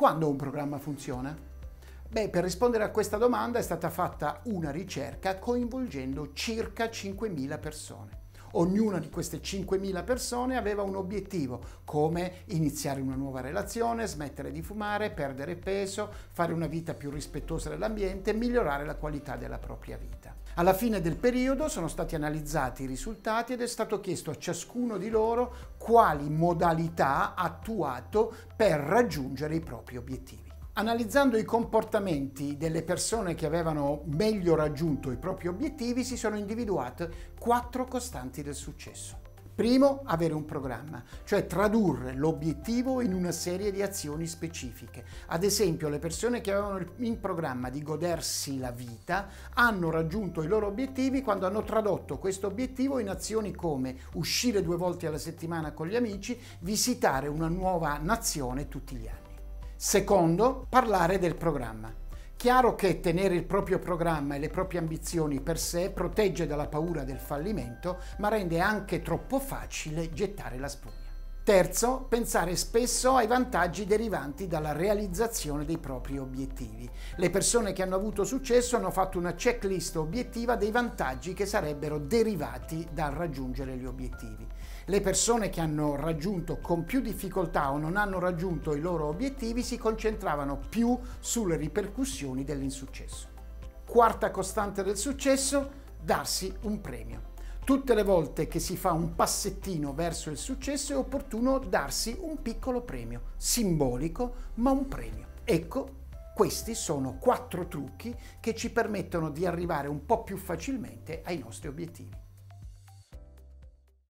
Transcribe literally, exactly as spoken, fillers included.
Quando un programma funziona? Beh, per rispondere a questa domanda è stata fatta una ricerca coinvolgendo circa cinquemila persone. Ognuna di queste cinquemila persone aveva un obiettivo, come iniziare una nuova relazione, smettere di fumare, perdere peso, fare una vita più rispettosa dell'ambiente e migliorare la qualità della propria vita. Alla fine del periodo sono stati analizzati i risultati ed è stato chiesto a ciascuno di loro quali modalità ha attuato per raggiungere i propri obiettivi. Analizzando i comportamenti delle persone che avevano meglio raggiunto i propri obiettivi, si sono individuate quattro costanti del successo. Primo, avere un programma, cioè tradurre l'obiettivo in una serie di azioni specifiche. Ad esempio, le persone che avevano in programma di godersi la vita hanno raggiunto i loro obiettivi quando hanno tradotto questo obiettivo in azioni come uscire due volte alla settimana con gli amici, visitare una nuova nazione tutti gli anni. Secondo, parlare del programma. Chiaro che tenere il proprio programma e le proprie ambizioni per sé protegge dalla paura del fallimento, ma rende anche troppo facile gettare la spugna. Terzo, pensare spesso ai vantaggi derivanti dalla realizzazione dei propri obiettivi. Le persone che hanno avuto successo hanno fatto una checklist obiettiva dei vantaggi che sarebbero derivati dal raggiungere gli obiettivi. Le persone che hanno raggiunto con più difficoltà o non hanno raggiunto i loro obiettivi si concentravano più sulle ripercussioni dell'insuccesso. Quarta costante del successo, darsi un premio. Tutte le volte che si fa un passettino verso il successo è opportuno darsi un piccolo premio, simbolico, ma un premio. Ecco, questi sono quattro trucchi che ci permettono di arrivare un po' più facilmente ai nostri obiettivi.